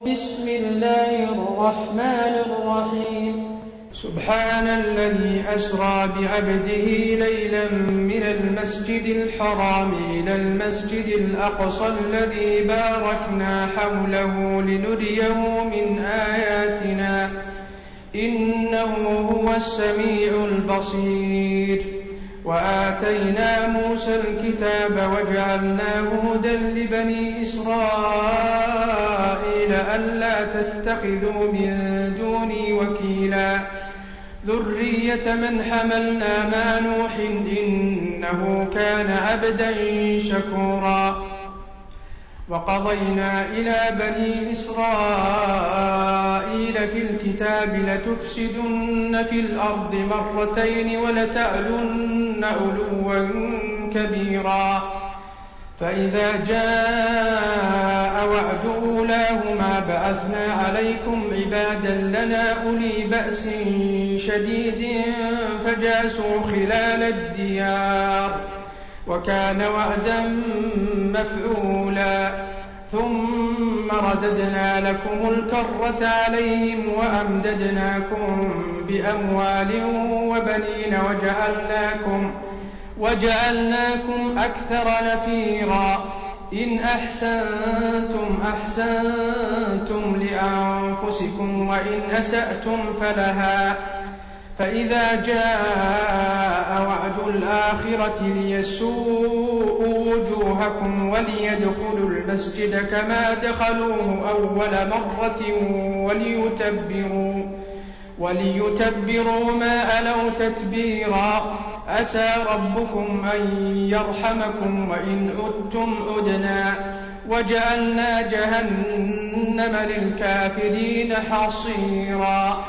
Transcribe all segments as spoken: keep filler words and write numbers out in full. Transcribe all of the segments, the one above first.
بسم الله الرحمن الرحيم سبحان الذي أسرى بعبده ليلا من المسجد الحرام إلى المسجد الأقصى الذي باركنا حوله لنريه من آياتنا إنه هو السميع البصير وآتينا موسى الكتاب وجعلناه هدى لبني إسرائيل ألا تتخذوا من دوني وكيلا ذرية من حملنا مع نوح إنه كان عبدا شكورا وقضينا إلى بني إسرائيل في الكتاب لتفسدن في الأرض مرتين ولتعلن علوا كبيرا فإذا جاء وعد أولاهما بعثنا عليكم عبادا لنا أولي بأس شديد فجاسوا خلال الديار وكان وعدا مفعولا ثم رددنا لكم الكرة عليهم وأمددناكم بأموال وبنين وجعلناكم, وجعلناكم أكثر نفيرا إن أحسنتم أحسنتم لأنفسكم وإن أسأتم فلها فإذا جاء وعد الآخرة ليسوءوا وجوهكم وليدخلوا المسجد كما دخلوه أول مرة وليتبروا, وليتبروا ما ألوا تتبيرا عسى ربكم أن يرحمكم وإن عدتم عدنا وجعلنا جهنم للكافرين حصيرا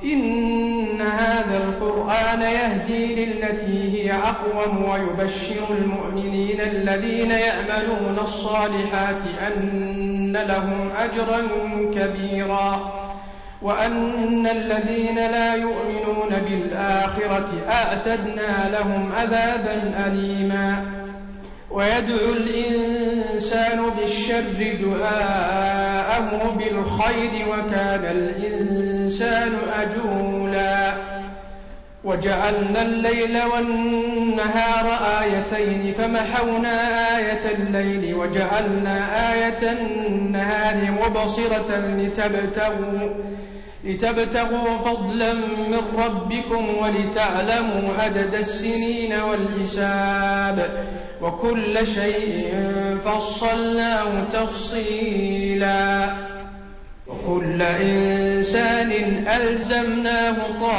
إن هذا القرآن يهدي للتي هي أقوم ويبشر المؤمنين الذين يعملون الصالحات أن لهم أجرا كبيرا وأن الذين لا يؤمنون بالآخرة أعتدنا لهم عذابا أليما ويدعو الإنسان بالشر دعاءه بالخير وكان الإنسان أجولا وجعلنا الليل والنهار آيتين فمحونا آية الليل وجعلنا آية النهار مبصرة لتبتغوا, لتبتغوا فضلا من ربكم ولتعلموا عدد السنين والحساب وكل شيء فصلناه تفصيلا وكل إنسان ألزمناه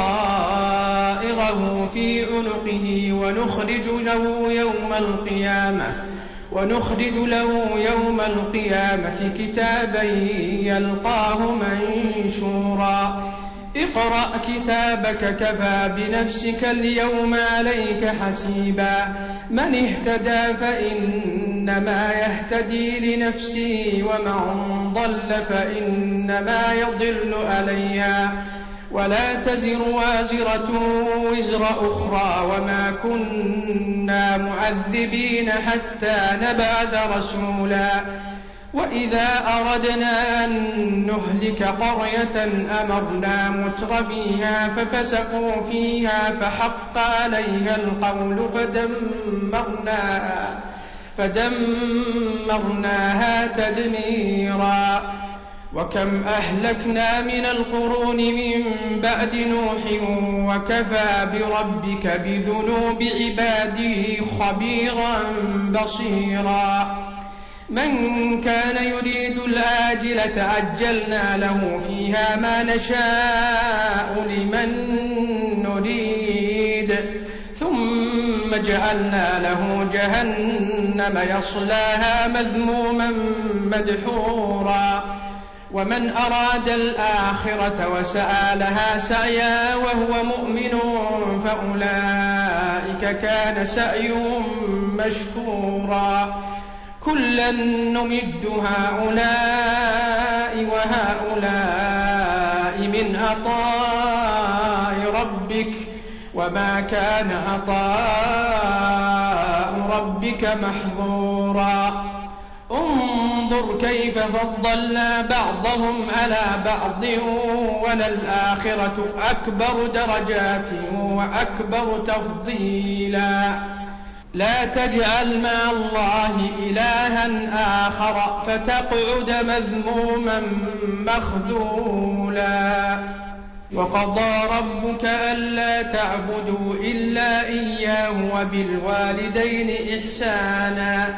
طائره في عنقه ونخرج له يوم القيامة ونخرج له يوم القيامة كتابا يلقاه منشورا اقرأ كتابك كفى بنفسك اليوم عليك حسيبا من اهتدى فإنما يهتدي لنفسه ومن ضل فإنما يضل عليها ولا تزر وازرة وزر أخرى وما كنا معذبين حتى نبعث رسولا وإذا أردنا أن نهلك قرية أمرنا متر فيها ففسقوا فيها فحق عليها القول فدمرناها, فدمرناها تدميرا وكم أهلكنا من القرون من بعد نوح وكفى بربك بذنوب عباده خبيرا بصيرا من كان يريد الآجلة عجلنا له فيها ما نشاء لمن نريد ثم جعلنا له جهنم يصلاها مذموما مدحورا ومن أراد الآخرة وسعى لها سعيا وهو مؤمن فأولئك كان سعيهم مشكورا كلا نمد هؤلاء وهؤلاء من عطاء ربك وما كان عطاء ربك محظورا انظر كيف فضلنا بعضهم على بعض وللآخرة أكبر درجات وأكبر تفضيلا لا تجعل مع الله إلها آخر فتقعد مذموما مخذولا وقضى ربك ألا تعبدوا إلا إياه وبالوالدين إحسانا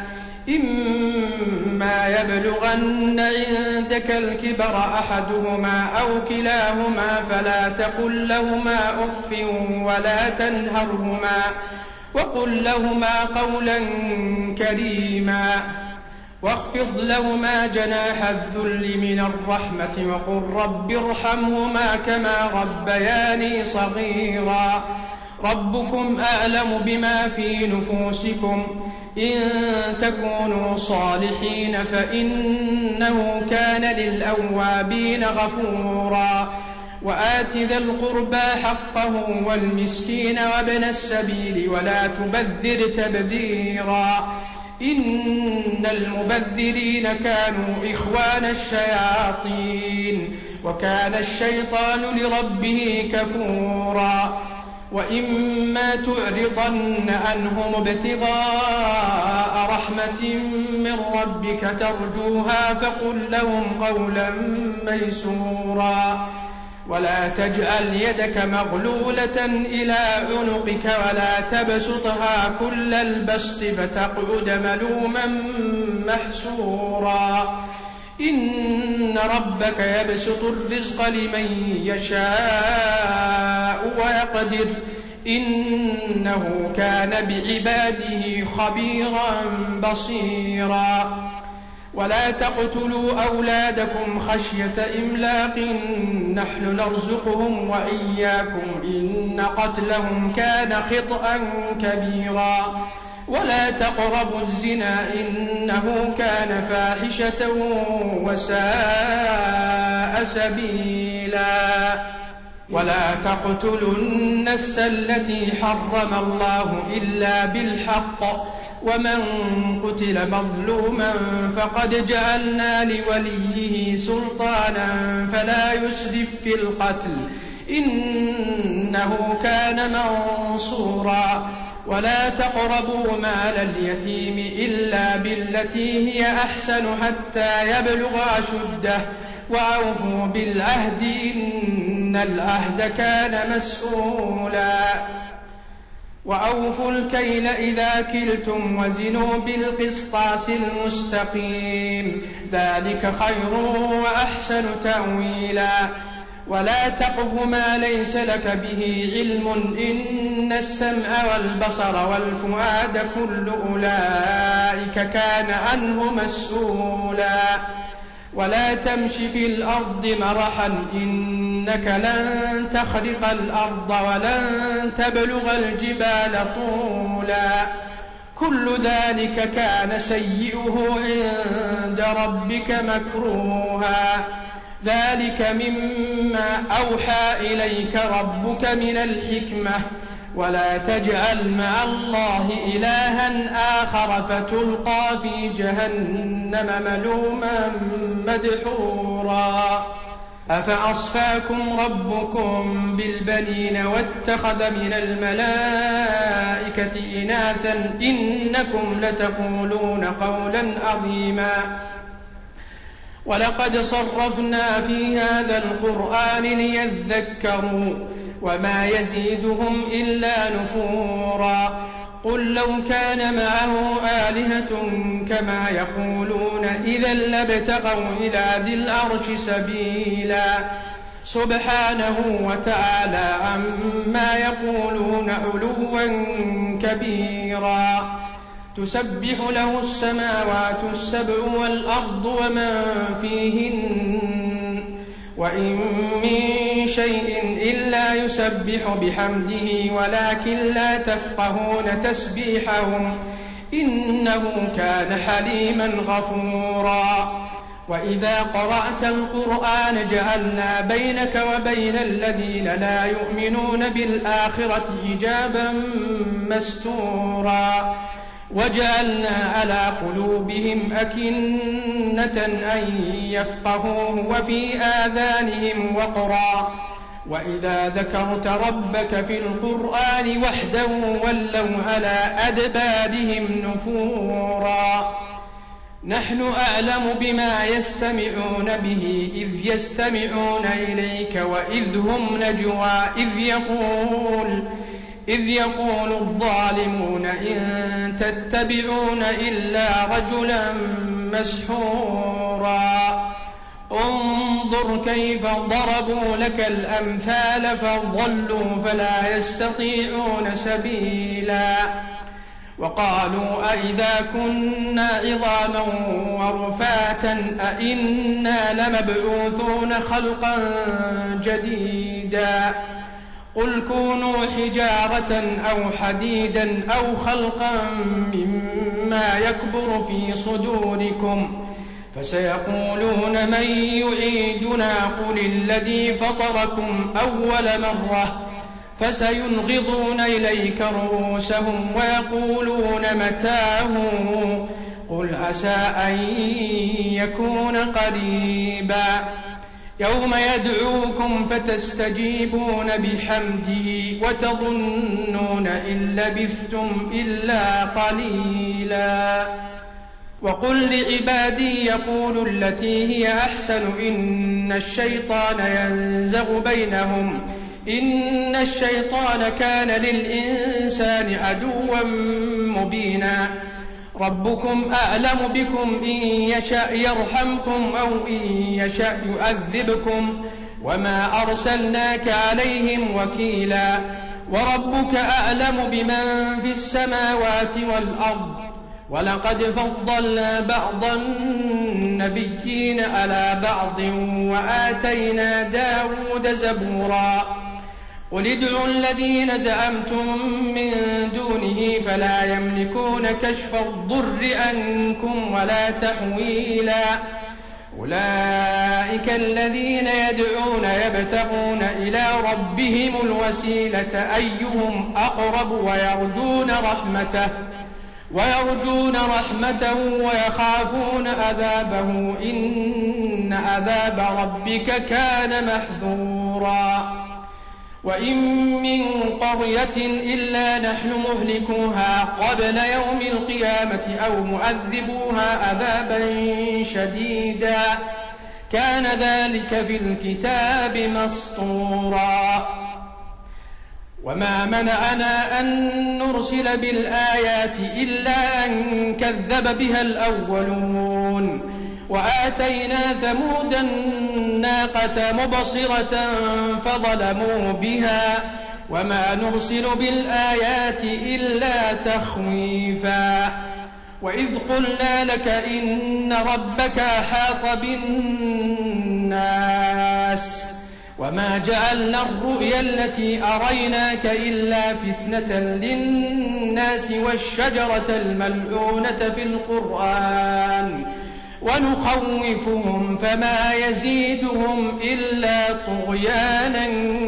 إما يبلغن عندك الكبر أحدهما أو كلاهما فلا تقل لهما أف ولا تنهرهما وقل لهما قولا كريما واخفض لهما جناح الذل من الرحمة وقل رب ارحمهما كما ربياني صغيرا ربكم أعلم بما في نفوسكم إن تكونوا صالحين فإنه كان للأوابين غفورا وآت ذا القربى حقه والمسكين وابن السبيل ولا تبذر تبذيرا إن المبذرين كانوا إخوان الشياطين وكان الشيطان لربه كفورا وإما تعرضن عنهم ابتغاء رحمة من ربك ترجوها فقل لهم قولا ميسورا ولا تجعل يدك مغلولة إلى عنقك ولا تبسطها كل البسط فتقعد ملوما محسورا إن ربك يبسط الرزق لمن يشاء ويقدر إنه كان بعباده خبيرا بصيرا ولا تقتلوا أولادكم خشية إملاق نحن نرزقهم وإياكم إن قتلهم كان خطأ كبيرا ولا تقربوا الزنا إنه كان فاحشة وساء سبيلا ولا تقتلوا النفس التي حرم الله إلا بالحق ومن قتل مظلوما فقد جعلنا لوليه سلطانا فلا يسرف في القتل إنه كان منصورا ولا تقربوا مال اليتيم إلا بالتي هي أحسن حتى يبلغ أشده وأوفوا بالعهد إن العهد كان مسؤولا وأوفوا الكيل إذا كلتم وزنوا بالقسطاس المستقيم ذلك خير وأحسن تأويلا ولا تقف ما ليس لك به علم إن السمع والبصر والفؤاد كل أولئك كان عنه مسؤولا ولا تمش في الأرض مرحا إنك لن تخرق الأرض ولن تبلغ الجبال طولا كل ذلك كان سيئه عند ربك مكروها ذلك مما أوحى إليك ربك من الحكمة ولا تجعل مع الله إلها آخر فتلقى في جهنم ملوما مدحورا أفأصفاكم ربكم بالبنين واتخذ من الملائكة إناثا إنكم لتقولون قولا عظيما ولقد صرفنا في هذا القرآن ليذكروا وما يزيدهم إلا نفورا قل لو كان معه آلهة كما يقولون إذا لابتغوا إلى ذي العرش سبيلا سبحانه وتعالى عما يقولون علوا كبيرا تسبح له السماوات السبع والأرض ومن فيهن وإن من شيء إلا يسبح بحمده ولكن لا تفقهون تسبيحهم إنه كان حليما غفورا وإذا قرأت القرآن جعلنا بينك وبين الذين لا يؤمنون بالآخرة حجابا مستورا وجعلنا على قلوبهم أكنة أن يفقهوه وفي آذانهم وقرا وإذا ذكرت ربك في القرآن وحده ولوا على أدبارهم نفورا نحن أعلم بما يستمعون به إذ يستمعون إليك وإذ هم نجوى إذ يقول إذ يقول الظالمون إن تتبعون إلا رجلا مسحورا انظر كيف ضربوا لك الأمثال فضلوا فلا يستطيعون سبيلا وقالوا أئذا كنا عظاما ورفاتا أئنا لمبعوثون خلقا جديدا قل كونوا حجارة أو حديدا أو خلقا مما يكبر في صدوركم فسيقولون من يعيدنا قل الذي فطركم أول مرة فسينغضون إليك رؤوسهم ويقولون متاه قل عسى أن يكون قريبا يوم يدعوكم فتستجيبون بحمده وتظنون إن لبثتم إلا قليلا وقل لعبادي يقولوا التي هي أحسن إن الشيطان ينزغ بينهم إن الشيطان كان للإنسان عدوا مبينا ربكم أعلم بكم إن يشاء يرحمكم أو إن يشاء يؤذبكم وما أرسلناك عليهم وكيلا وربك أعلم بمن في السماوات والأرض ولقد فضلنا بعض النبيين على بعض وآتينا داود زبورا قل ادعوا الذين زعمتم من دونه فلا يملكون كشف الضر عنكم ولا تحويلا أولئك الذين يدعون يبتغون إلى ربهم الوسيلة أيهم أقرب ويرجون رحمته ويرجون رحمته ويخافون عذابه إن عذاب ربك كان محذورا وإن من قرية إلا نحن مهلكوها قبل يوم القيامة أو مؤذبوها عذابا شديدا كان ذلك في الكتاب مسطورا وما منعنا أن نرسل بالآيات إلا أن كذب بها الأولون وآتينا ثمود الناقة مبصرة فظلموا بها وما نرسل بالآيات إلا تخويفا وإذ قلنا لك إن ربك أحاط بالناس وما جعلنا الرؤيا التي أريناك إلا فتنة للناس والشجرة الملعونة في القرآن ونخوفهم فما يزيدهم إلا طغيانا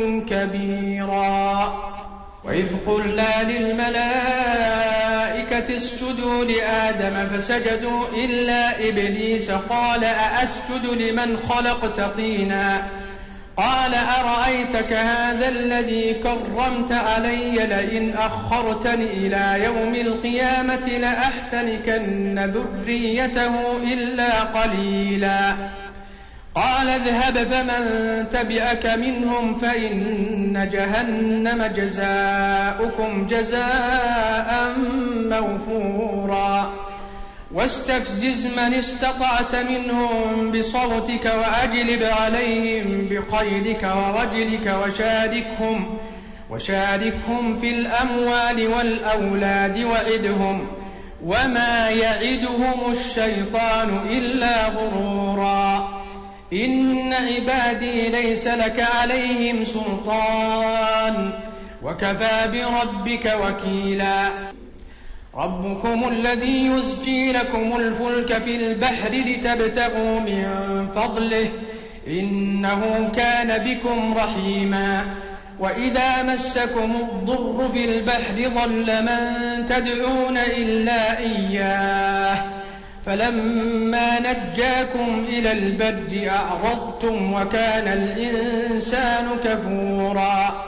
كبيرا وإذ قلنا للملائكة اسجدوا لآدم فسجدوا إلا إبليس قال أأسجد لمن خلقت طينا قال أرأيتك هذا الذي كرمت علي لئن أخرتني إلى يوم القيامة لأحتنكن ذريته إلا قليلا قال اذهب فمن تبعك منهم فإن جهنم جزاؤكم جزاء موفورا واستفزز من استطعت منهم بصوتك وأجلب عليهم بخيلك ورجلك وشاركهم وشاركهم في الأموال والأولاد وعدهم وما يعدهم الشيطان إلا غرورا إن عبادي ليس لك عليهم سلطان وكفى بربك وكيلا ربكم الذي يزجي لكم الفلك في البحر لتبتغوا من فضله إنه كان بكم رحيما وإذا مسكم الضر في البحر ضل من تدعون إلا إياه فلما نجاكم إلى البر أعرضتم وكان الإنسان كفورا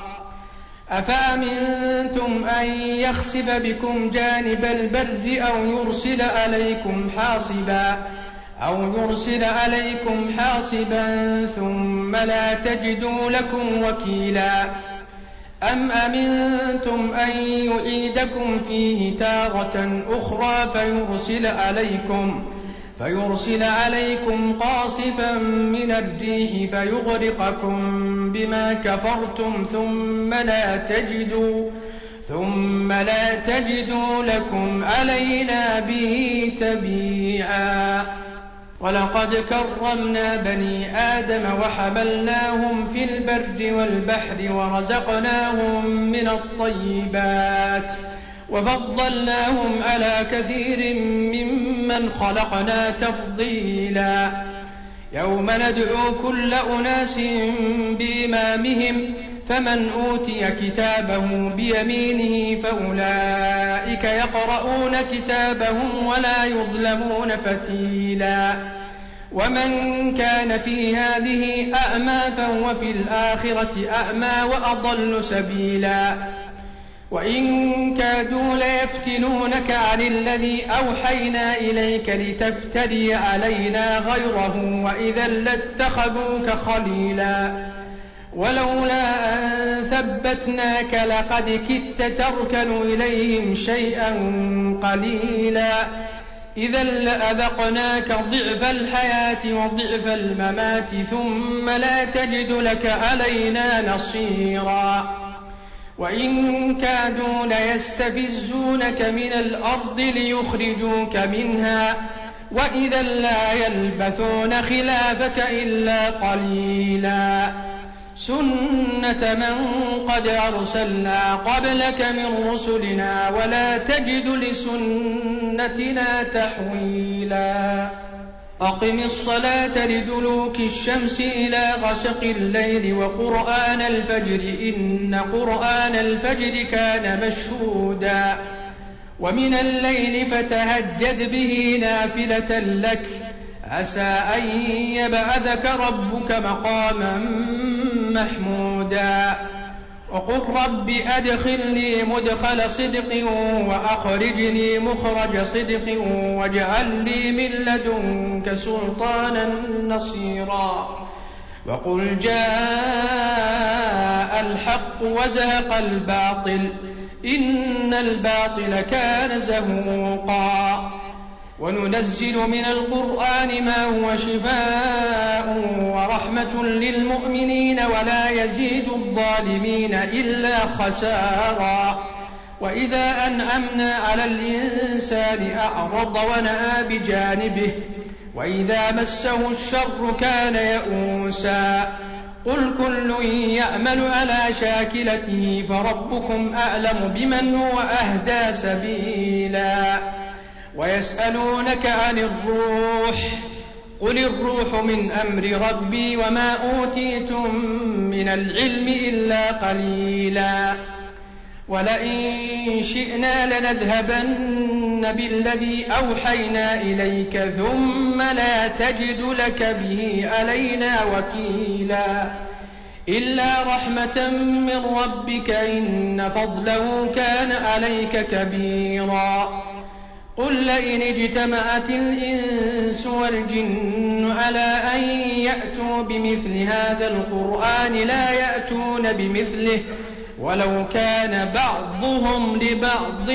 أفأمنتم أن يخسف بكم جانب البر أو يرسل عليكم حاصبا أو يرسل عليكم حاصبا ثم لا تجدوا لكم وكيلا أم أمنتم أن يعيدكم فيه تارة أخرى فيرسل عليكم فيرسل عليكم قاصفا من الريح فيغرقكم بما كفرتم ثم لا تجدوا ثم لا تجدوا لكم علينا به تبيعا ولقد كرمنا بني آدم وحملناهم في البر والبحر ورزقناهم من الطيبات وفضلناهم على كثير ممن خلقنا تفضيلا يوم ندعو كل أناس بإمامهم فمن أوتي كتابه بيمينه فأولئك يقرؤون كتابهم ولا يظلمون فتيلا ومن كان في هذه أعمى فهو في الآخرة أعمى وأضل سبيلا وإن كادوا ليفتنونك عن الذي أوحينا إليك لتفتري علينا غيره وإذا لاتخذوك خليلا ولولا أن ثبتناك لقد كدت تركن إليهم شيئا قليلا إذا لأذقناك ضعف الحياة وضعف الممات ثم لا تجد لك علينا نصيرا وإن كادوا ليستفزونك من الأرض ليخرجوك منها وإذا لا يلبثون خلافك إلا قليلا سنة من قد أرسلنا قبلك من رسلنا ولا تجد لسنتنا تحويلا أقم الصلاة لدلوك الشمس إلى غسق الليل وقرآن الفجر إن قرآن الفجر كان مشهودا ومن الليل فتهجد به نافلة لك عسى أن يبعثك ربك مقاما محمودا وقل رب أدخلني مدخل صدق وأخرجني مخرج صدق واجعل لي من لدنك سلطانا نصيرا وقل جاء الحق وزهق الباطل إن الباطل كان زهوقا وننزل من القرآن ما هو شفاء ورحمة للمؤمنين ولا يزيد الظالمين إلا خسارا وإذا أنعمنا على الإنسان أعرض ونأى بجانبه وإذا مسه الشر كان يئوسا قل كل يعمل على شاكلته فربكم أعلم بمن هو أهدى سبيلا ويسألونك عن الروح قل الروح من أمر ربي وما أوتيتم من العلم إلا قليلا ولئن شئنا لنذهبن بالذي أوحينا إليك ثم لا تجد لك به علينا وكيلا إلا رحمة من ربك إن فضله كان عليك كبيرا قل لئن اجتمعت الإنس والجن على أن يأتوا بمثل هذا القرآن لا يأتون بمثله ولو كان بعضهم لبعض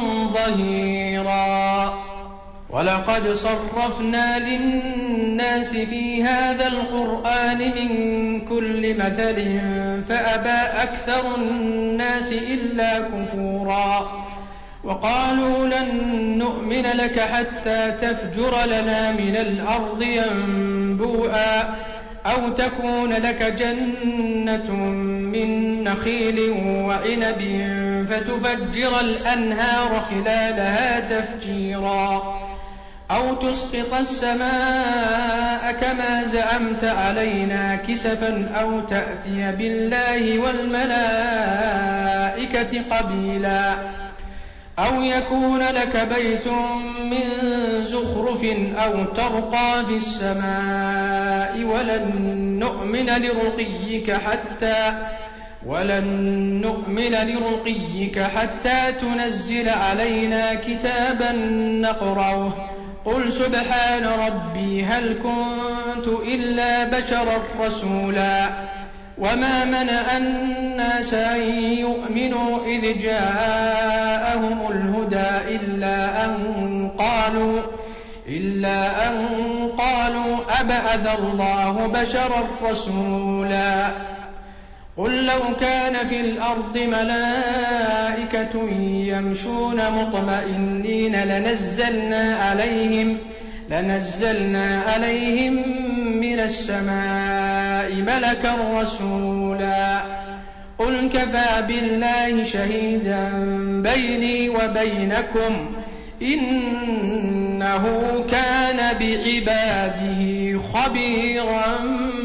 ظهيرا ولقد صرفنا للناس في هذا القرآن من كل مثل فأبى أكثر الناس إلا كفورا وقالوا لن نؤمن لك حتى تفجر لنا من الأرض ينبوعا أو تكون لك جنة من نخيل وعنب فتفجر الأنهار خلالها تفجيرا أو تسقط السماء كما زعمت علينا كسفا أو تأتي بالله والملائكة قبيلا أو يكون لك بيت من زخرف أو ترقى في السماء ولن نؤمن لرقيك حتى ولن نؤمن لرقيك حتى تنزل علينا كتابا نقرأه قل سبحان ربي هل كنت إلا بشرا رسولا وما منع الناس أن يؤمنوا إذ جاءهم الهدى إلا أن قالوا إلا أن قالوا أبعث الله بشرا رسولا قل لو كان في الأرض ملائكة يمشون مطمئنين لنزلنا عليهم لنزلنا عليهم من السماء ملكا رسولا قل كفى بالله شهيدا بيني وبينكم إنه كان بعباده خبيرا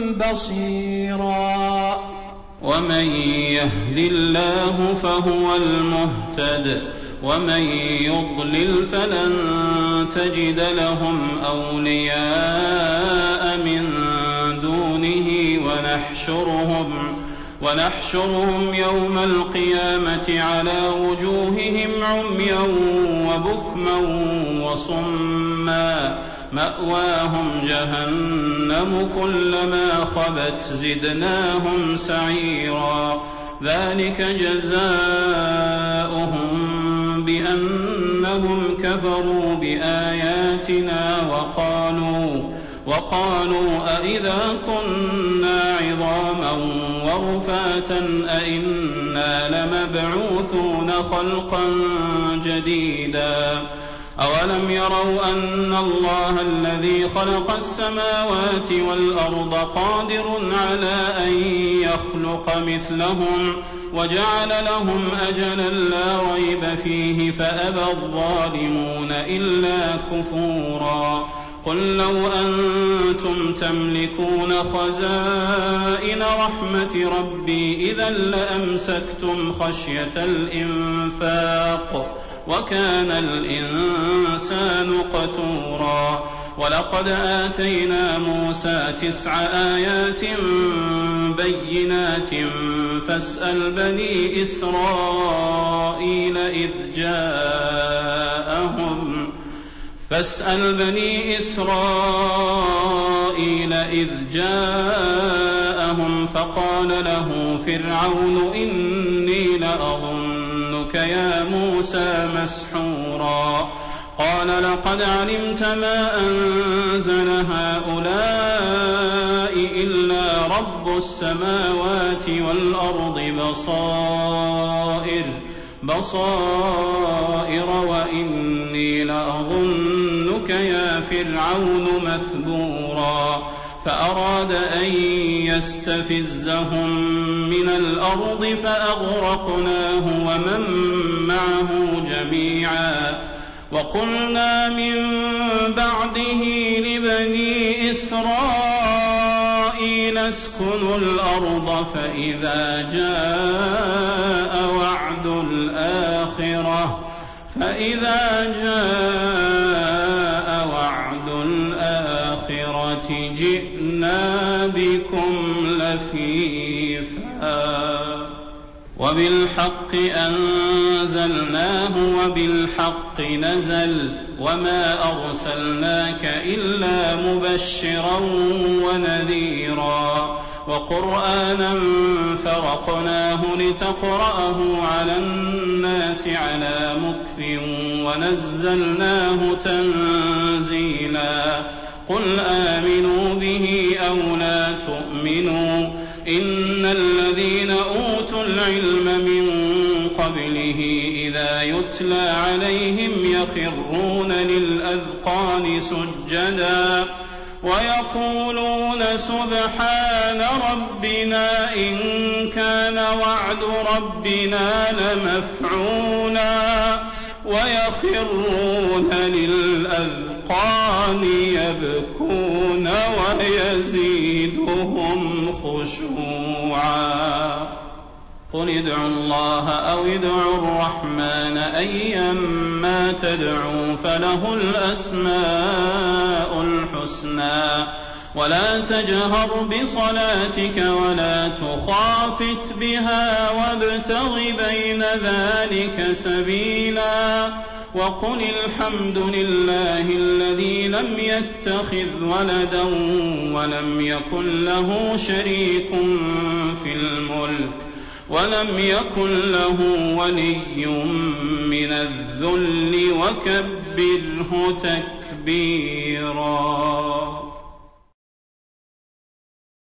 بصيرا ومن يهد الله فهو المهتد ومن يضلل فلن تجد لهم أولياء من دونه ونحشرهم ونحشرهم يوم القيامة على وجوههم عميا وبكما وصما مأواهم جهنم كلما خبت زدناهم سعيرا ذلك جزاؤهم بأنهم كفروا بآياتنا وقالوا وقالوا أئذا كنا عظاما ورفاتا أئنا لمبعوثون خلقا جديدا أولم يروا أن الله الذي خلق السماوات والأرض قادر على أن يخلق مثلهم وجعل لهم أجلا لا ريب فيه فأبى الظالمون إلا كفورا قل لو أنتم تملكون خزائن رحمة ربي إذا لأمسكتم خشية الإنفاق وكان الإنسان قتورا ولقد آتينا موسى تسع آيات بينات فاسأل بني إسرائيل إذ جاءهم فاسأل بني إسرائيل إذ جاءهم فقال له فرعون إني لأظنك يا موسى مسحورا قال لقد علمت ما أنزل هؤلاء إلا رب السماوات والأرض بصائر بصائر وإني لأظنك يا فرعون مثبورا فأراد أن يستفزهم من الأرض فأغرقناه ومن معه جميعا وقلنا من بعده لبني إسرائيل اسكنوا الأرض فإذا جاء وعد الآخرة فإذا جاء وعد الآخرة جئنا بكم لفيفا وبالحق أنزلناه وبالحق نزل وما أرسلناك إلا مبشرا ونذيرا وقرآنا فرقناه لتقرأه على الناس على مكث ونزلناه تنزيلا قل آمنوا به أو لا تؤمنوا إن الذين أوتوا العلم من قبله إذا يتلى عليهم يخرون للأذقان سجدا ويقولون سبحان ربنا إن كان وعد ربنا لمفعولا ويخرون للأذقان يبكون ويزيدهم خشوعا قل ادعوا الله أو ادعوا الرحمن أيما تدعوا فله الأسماء الحسنى ولا تجهر بصلاتك ولا تخافت بها وابتغ بين ذلك سبيلا وقل الحمد لله الذي لم يتخذ ولدا ولم يكن له شريك في الملك ولم يكن له ولي من الذل وكبره تكبيرا.